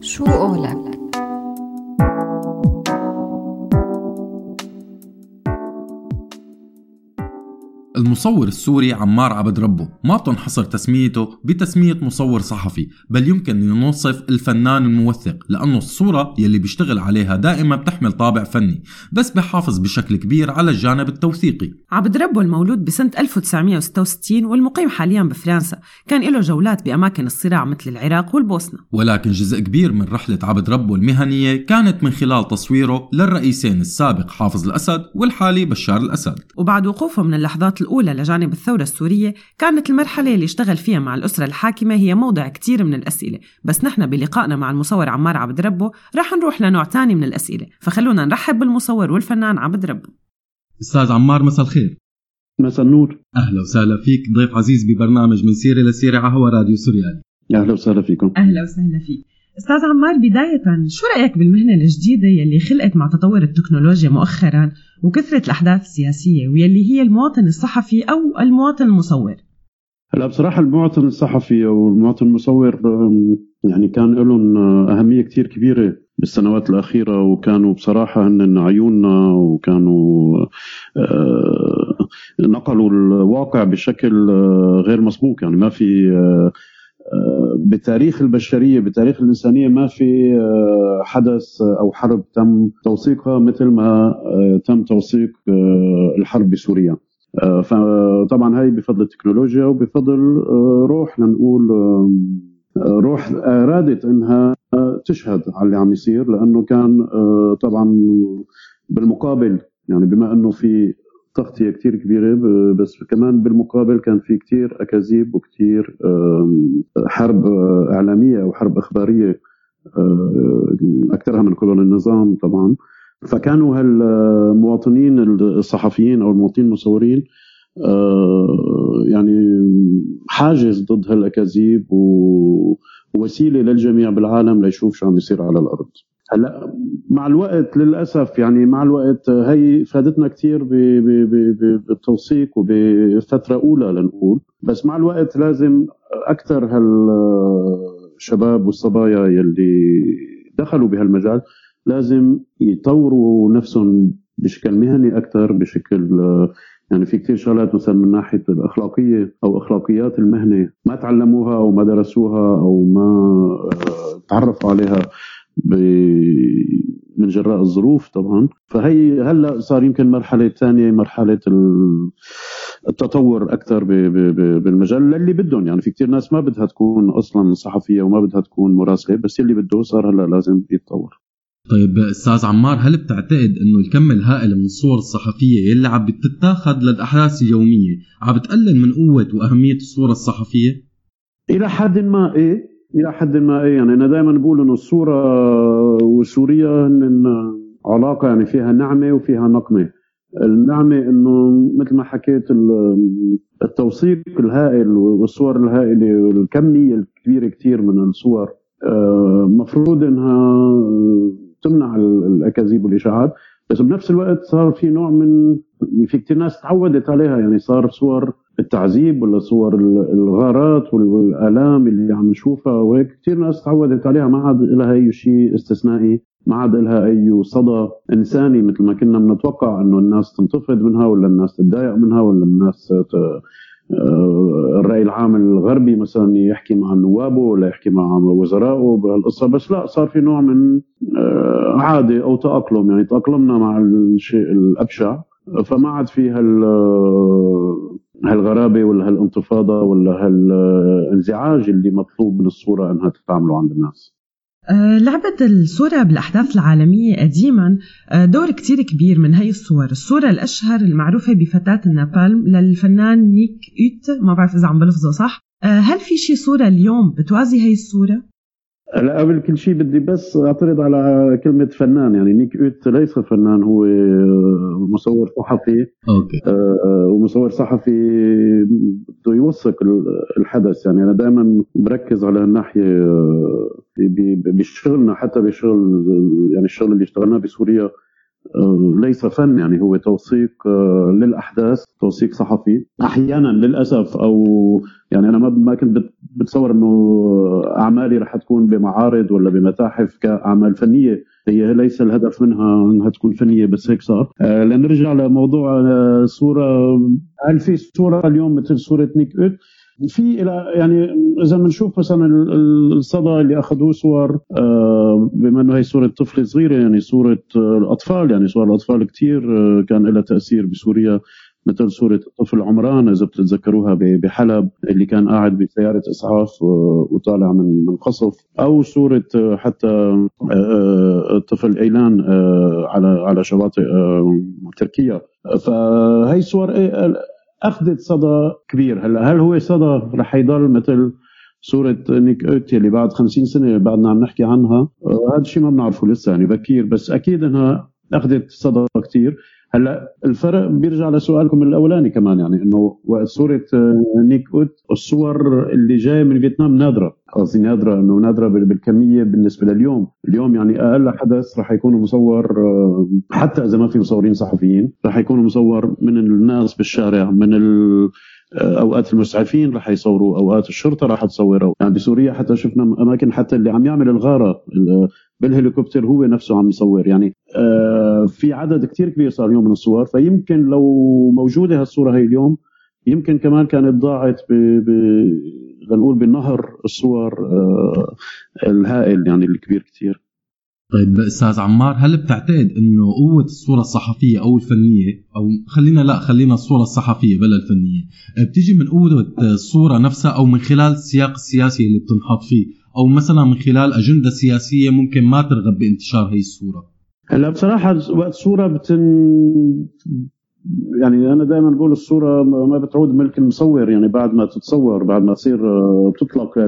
شو قولك؟ المصور السوري عمار عبد ربه ما بتنحصر تسميته بتسمية مصور صحفي، بل يمكن أن نوصف الفنان الموثق، لأنه الصورة يلي بيشتغل عليها دائما بتحمل طابع فني، بس بحافظ بشكل كبير على الجانب التوثيقي. عبد ربه المولود بسنة 1966 والمقيم حاليا بفرنسا، كان له جولات بأماكن الصراع مثل العراق والبوسنة، ولكن جزء كبير من رحلة عبد ربه المهنية كانت من خلال تصويره للرئيسين السابق حافظ الأسد والحالي بشار الأسد. وبعد وقوفه من اللحظات الأولى لجانب الثورة السورية، كانت المرحلة اللي اشتغل فيها مع الأسرة الحاكمة هي موضع كتير من الأسئلة، بس نحن بلقائنا مع المصور عمار عبد ربه رح نروح لنوع تاني من الأسئلة، فخلونا نرحب بالمصور والفنان عبد ربه. أستاذ عمار، مساء الخير. مساء النور. أهلا وسهلا فيك، ضيف عزيز ببرنامج من سيرة لسيرة على هوا راديو سوريالي. أهلا وسهلا فيكم. أهلا وسهلا فيك أستاذ عمار. بداية شو رأيك بالمهنة الجديدة يلي خلقت مع تطور التكنولوجيا مؤخرا وكثرة الأحداث السياسية، ويلي هي المواطن الصحفي أو المواطن المصور؟ هلا بصراحة المواطن الصحفي أو المواطن المصور يعني كان لهم أهمية كتير كبيرة بالسنوات الأخيرة، وكانوا بصراحة هن عيوننا، وكانوا نقلوا الواقع بشكل غير مسبوق. يعني ما في بتاريخ البشرية، بتاريخ الإنسانية، ما في حدث أو حرب تم توثيقها مثل ما تم توثيق الحرب بسوريا. فطبعا هاي بفضل التكنولوجيا وبفضل روح، لنقول روح أرادت إنها تشهد على اللي عم يصير، لأنه كان طبعا بالمقابل، يعني بما أنه في تغطية كتير كبيرة، بس كمان بالمقابل كان في كتير أكاذيب وكتير حرب إعلامية أو حرب إخبارية أكثرها من قبل النظام طبعا. فكانوا هالمواطنين الصحفيين أو المواطنين المصورين يعني حاجز ضد هالأكاذيب ووسيلة للجميع بالعالم ليشوف شو عم يصير على الأرض. هلا مع الوقت للأسف، يعني مع الوقت هي فادتنا كتير بالتوثيق وبفترة أولى لنقول، بس مع الوقت لازم أكثر هالشباب والصبايا يلي دخلوا بهالمجال لازم يطوروا نفسهم بشكل مهني أكثر، بشكل يعني في كتير شغلات مثلا من ناحية الأخلاقية أو أخلاقيات المهنة ما تعلموها أو ما درسوها أو ما تعرفوا عليها من جراء الظروف طبعا. فهي هلا صار يمكن مرحلة ثانية، مرحلة التطور أكثر بالمجال اللي بدهم. يعني في كتير ناس ما بدها تكون أصلا صحفية وما بدها تكون مراسلة، بس اللي بده صار هلا لازم يتطور. طيب أستاذ عمار، هل بتعتقد إنه الكم الهائل من الصور الصحفية يلي عم بتتاخد للأحداث اليومية عم بتقلل من قوة وأهمية الصورة الصحفية؟ إلى حد ما إيه، إلى حد ما إيه. يعني أنا دائما بقول إنه الصورة والسورية إن علاقة يعني فيها نعمة وفيها نقمة. النعمة إنه مثل ما حكيت التوثيق الهائل والصور الهائلة والكمية الكبيرة كتير من الصور مفروض إنها تمنع الأكاذيب والإشاعات، بس بنفس الوقت صار في نوع من، في كتير ناس تعودت عليها. يعني صار صور التعذيب ولا صور الغارات والآلام اللي عم نشوفها وهيك كتير ناس تعودت عليها، ما عاد لها أي شيء استثنائي، ما عاد لها أي صدى إنساني مثل ما كنا بنتوقع إنه الناس تنتفض منها ولا الناس تتضايق منها ولا الناس الرأي العام الغربي مثلا يحكي مع نوابه ولا يحكي مع وزرائه بهالقصة. بس لا، صار في نوع من عادة أو تأقلم، يعني تأقلمنا مع الشيء الأبشع، فما عاد في هالغرابة ولا هالانتفاضة ولا هالانزعاج اللي مطلوب من الصورة أنها تتعاملوا عند الناس. لعبت الصورة بالأحداث العالمية قديما دور كتير كبير. من هاي الصورة الأشهر المعروفة بفتاة النابالم للفنان نيك أوت، ما بعرف إذا عم بلفظه صح. هل في شي صورة اليوم بتوازي هاي الصورة؟ لا، قبل كل شيء بدي بس أعترض على كلمة فنان. يعني نيك أوت ليس فنان، هو مصور صحفي. ومصور صحفي بده يوثق الحدث. يعني أنا دائما بركز على الناحية بشغلنا، حتى بشغل يعني الشغل اللي اشتغلناه بسوريا ليس فن، يعني هو توثيق للأحداث، توثيق صحفي أحيانا للأسف. أو يعني أنا ما كنت بتصور أنه أعمالي رح تكون بمعارض ولا بمتاحف كأعمال فنية، هي ليس الهدف منها أنها تكون فنية، بس هيك صار. لنرجع لموضوع صورة، هل في صورة اليوم مثل صورة نيك أوت؟ في يعني اذا بنشوف مثلا الصدى اللي اخذوه صور، بما انه هي صوره طفل صغيره، يعني صوره الاطفال، يعني صور الاطفال كثير كان لها تاثير بسوريا، مثل صوره الطفل عمران اذا بتتذكروها بحلب، اللي كان قاعد بسياره اسعاف وطالع من قصف، او صوره حتى الطفل ايلان على شواطئ تركيا. فهي صور أخذت صدى كبير. هل هو صدى رح يضل مثل صورة نيك أوت اللي بعد 50 سنة بعدنا عم نحكي عنها؟ هذا الشيء ما بنعرفه لسه، يعني بكير، بس أكيد أنها أخذت صدى كتير. هلا الفرق بيرجع لسؤالكم الأولاني كمان، يعني إنه وقت صورة نيك أوت الصور اللي جاية من فيتنام نادرة، قصدي نادرة إنه نادرة بالكمية بالنسبة لليوم. اليوم يعني أقل حدث رح يكون مصور، حتى إذا ما في مصورين صحفيين، رح يكون مصور من الناس بالشارع، من اوقات المسعفين رح يصوروا، اوقات الشرطه رح تصوره. يعني بسوريا حتى شفنا اماكن حتى اللي عم يعمل الغاره بالهليكوبتر هو نفسه عم يصور. يعني في عدد كتير كبير صار اليوم من الصور. فيمكن لو موجوده هالصوره هي اليوم، يمكن كمان كانت ضاعت لنقول بالنهر الصور الهائل، يعني الكبير كتير. طيب أستاذ عمار، هل بتعتقد إنه قوة الصورة الصحفية أو الفنية، أو خلينا الصورة الصحفية بلا الفنية، بتيجي من قوة الصورة نفسها، أو من خلال السياق السياسي اللي بتنحط فيه، أو مثلا من خلال أجندة سياسية ممكن ما ترغب بانتشار هاي الصورة؟ هلا بصراحة وقت صورة يعني أنا دائما بقول الصورة ما بتعود ملك المصور، يعني بعد ما تتصور، بعد ما تصير تطلق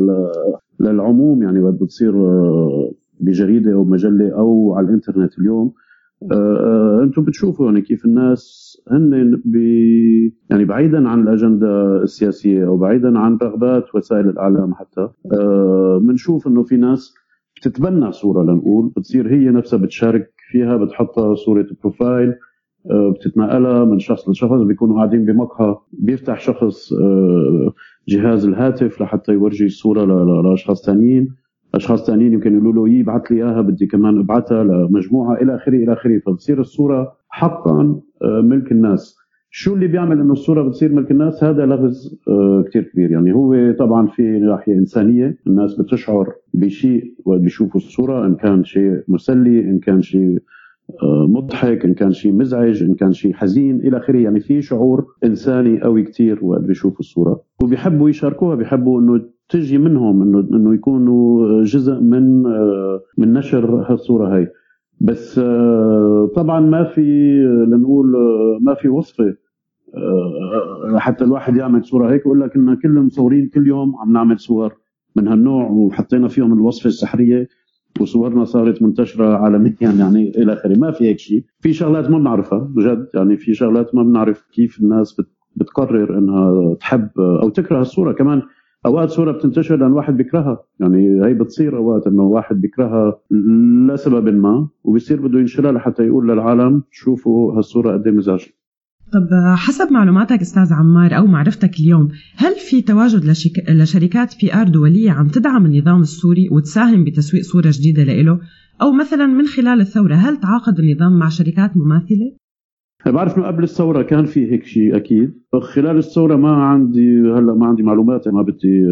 للعموم، يعني وقت بتصير بجريدة أو مجلة أو على الإنترنت اليوم. أنتم بتشوفوا يعني كيف الناس هن يعني بعيدا عن الأجندة السياسية أو بعيدا عن رغبات وسائل الإعلام، حتى بنشوف إنه في ناس بتتبنى صورة، لنقول بتصير هي نفسها بتشارك فيها، بتحطها صورة بروفايل، بتتنقلها من شخص لشخص. بيكونوا قاعدين بمقهى، بيفتح شخص جهاز الهاتف لحتى يورجي الصورة لأشخاص ثانيين، أشخاص ثانيين يمكن يقولوا له يبعث لي إياها، بدي كمان ابعثها لمجموعة، إلى آخره إلى آخره. فبتصير الصورة حقا ملك الناس. شو اللي بيعمل إنه الصورة بتصير ملك الناس؟ هذا لغز كتير كبير. يعني هو طبعا في ناحية إنسانية، الناس بتشعر بشيء وبيشوفوا الصورة، إن كان شيء مسلي، إن كان شيء مضحك، إن كان شيء مزعج، إن كان شيء حزين إلى آخره. يعني في شعور إنساني قوي كتير وقت بيشوفوا الصورة، وبيحبوا يشاركوها، بيحبوا إنه تجي منهم، إنه يكونوا جزء من نشر هالصورة هاي. بس طبعا ما في، لنقول ما في وصفة حتى الواحد يعمل صورة هيك ويقول لك إن كل المصورين كل يوم عم نعمل صور من هالنوع وحطينا فيهم الوصفة السحرية وصورنا صارت منتشرة عالميا، يعني إلى آخره. ما في هيك شيء. في شغلات ما بنعرفها بجد، يعني في شغلات ما بنعرف كيف الناس بتقرر إنها تحب أو تكره الصورة. كمان أوقات صورة بتنتشر لأن واحد بيكرهها، يعني هي بتصير أوقات إنه واحد بيكرهها لسبب ما، وبيصير بده ينشرها لحتى يقول للعالم شوفوا هالصورة قد إيه مزعجة. طب حسب معلوماتك أستاذ عمار أو معرفتك اليوم، هل في تواجد لشركات PR دولية عم تدعم النظام السوري وتساهم بتسويق صورة جديدة لإله؟ أو مثلا من خلال الثورة هل تعاقد النظام مع شركات مماثلة؟ بعرف إنه قبل الثورة كان في هيك شيء أكيد. خلال الثورة ما عندي معلومات، ما بدي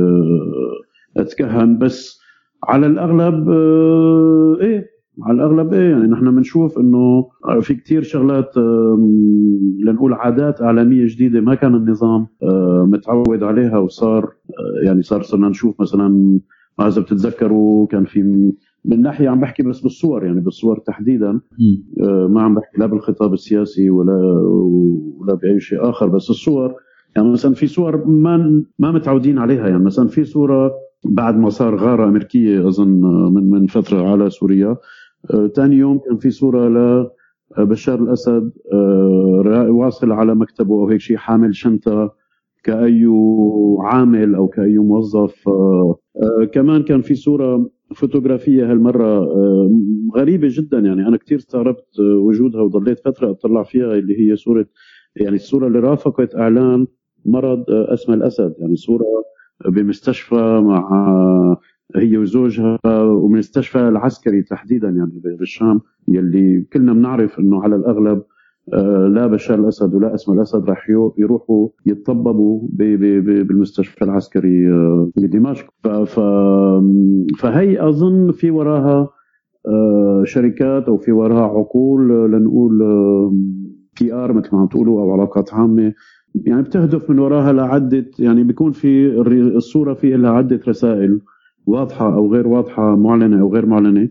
أتكهن، بس على الأغلب على الأغلب يعني نحن بنشوف إنه في كتير شغلات، لنقول عادات إعلامية جديدة ما كان النظام متعود عليها، وصار يعني صرنا نشوف مثلا، إذا بتتذكروا كان في من ناحية عم بحكي بس بالصور، يعني بالصور تحديدا، ما عم بحكي لا بالخطاب السياسي ولا بأي شيء آخر، بس الصور. يعني مثلا في صور ما متعودين عليها. يعني مثلا في صورة بعد ما صار غارة أمريكية أظن من فترة على سوريا، تاني يوم كان في صورة لبشار الأسد واصل على مكتبه أو هيك شيء، حامل شنطة كأي عامل أو كأي موظف كمان كان في صورة فوتوغرافية هالمرة غريبة جدا، يعني أنا كتير استغربت وجودها وضليت فترة أطلع فيها، اللي هي صورة يعني الصورة اللي رافقت إعلان مرض أسمى الأسد، يعني صورة بمستشفى مع هي وزوجها، ومستشفى العسكري تحديدا يعني بالشام، يلي كلنا بنعرف إنه على الأغلب لا بشار الأسد ولا أسمى الأسد راح يروحوا يتطببوا بالمستشفى العسكري بدمشق. فهي أظن في وراها شركات أو في وراها عقول، لنقول PR مثل ما عم تقولوا، أو علاقات عامة، يعني بتهدف من وراها لعدة، يعني بيكون في الصورة في لها عدة رسائل واضحة أو غير واضحة، معلنة أو غير معلنة،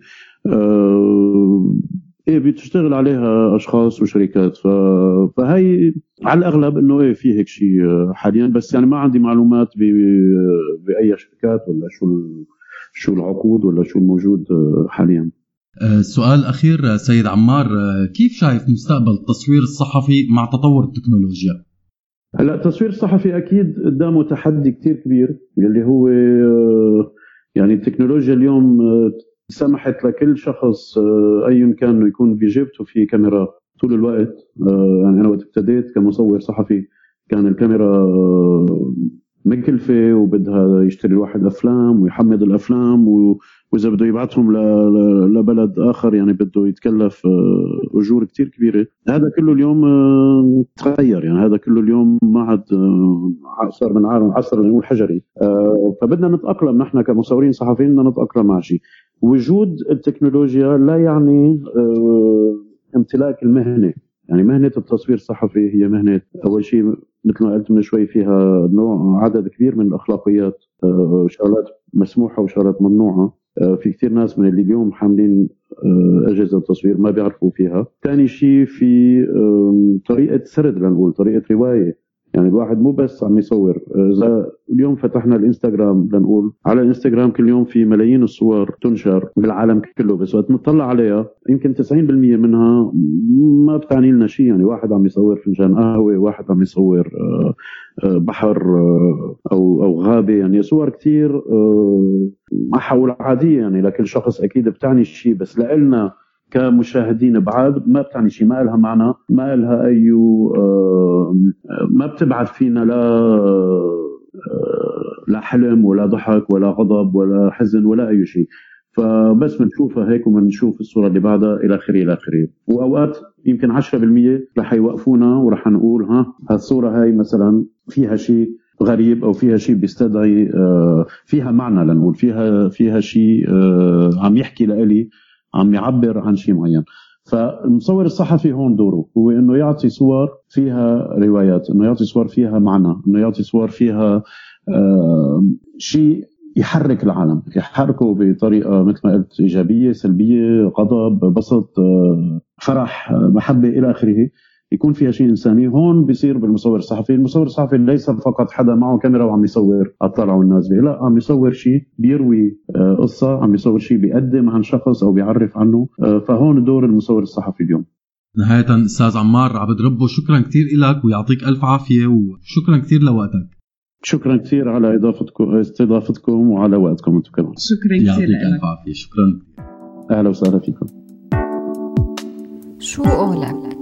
بتشتغل عليها اشخاص وشركات. فهي على الاغلب انه في هيك شيء حاليا، بس يعني ما عندي معلومات باي شركات ولا شو العقود ولا شو الموجود حاليا. السؤال الأخير سيد عمار، كيف شايف مستقبل التصوير الصحفي مع تطور التكنولوجيا؟ هلا التصوير الصحفي اكيد قدامه تحدي كتير كبير، اللي هو يعني التكنولوجيا اليوم سمحت لكل شخص أي كان انه يكون بجيبته في كاميرا طول الوقت. يعني أنا وقت ابتديت كمصور صحفي كان الكاميرا مكلفة، وبدها يشتري الواحد أفلام ويحمد الأفلام، وإذا بده يبعثهم لبلد آخر يعني بده يتكلف أجور كتير كبيرة. هذا كله اليوم تغير، يعني هذا كله اليوم ما عاد صار من عصر نقول حجري. فبدنا نتأقلم نحن كمصورين صحفيين، بدنا نتأقلم مع شيء. وجود التكنولوجيا لا يعني امتلاك المهنة، يعني مهنة التصوير الصحفي هي مهنة أول شيء مثل ما قلت من شوي فيها نوع عدد كبير من الأخلاقيات، شغلات مسموحة وشغلات ممنوعة. في كتير ناس من اللي اليوم حاملين أجهزة تصوير ما بيعرفوا فيها. ثاني شيء في طريقة سرد، لنقول طريقة رواية، يعني الواحد مو بس عم يصور. إذا اليوم فتحنا الانستغرام، لنقول على الانستغرام كل يوم في ملايين الصور تنشر بالعالم كله، بس وقت نطلع عليها يمكن 90% منها ما بتعني لنا شيء. يعني واحد عم يصور فنجان قهوة، واحد عم يصور بحر أو غابة، يعني صور كتير ما حول عادية يعني لكل شخص أكيد بتعني شيء، بس لإلنا كمشاهدين بعاد ما بتعني شيء، ما لها معنى، ما لها أي ما بتبعث فينا لا حلم ولا ضحك ولا غضب ولا حزن ولا أي شيء. فبس بنشوفها هيك وبنشوف الصورة اللي بعدها إلى آخره إلى آخره. وأوقات يمكن 10% رح يوقفونا ورح نقول هالصورة هاي مثلا فيها شيء غريب أو فيها شيء بيستدعي فيها معنى، لنقول فيها شيء عم يحكي لإلي، عم يعبر عن شيء معين. فالمصور الصحفي هون دوره هو انه يعطي صور فيها روايات، انه يعطي صور فيها معنى، انه يعطي صور فيها شيء يحرك العالم، يحركه بطريقة مثل ما قلت إيجابية، سلبية، غضب، بسط، فرح، محبة إلى آخره، يكون فيها شيء إنساني. هون بيصير بالمصور الصحفي. المصور الصحفي ليس فقط حدا معه كاميرا وعم يصور أطلع والناس به، لا، عم يصور شيء بيروي قصة، عم يصور شيء بيقدم عن شخص أو بيعرف عنه. فهون دور المصور الصحفي اليوم. نهاية أستاذ عمار عبد ربه، شكرا كتير لك ويعطيك ألف عافية، وشكرا كتير لوقتك. شكرا كثير على استضافتكم وعلى وقتكم انتم كمان. شكرا كثير، يعطيك الف عافيه. شكرا، اهلا وسهلا فيكم. شو قولك؟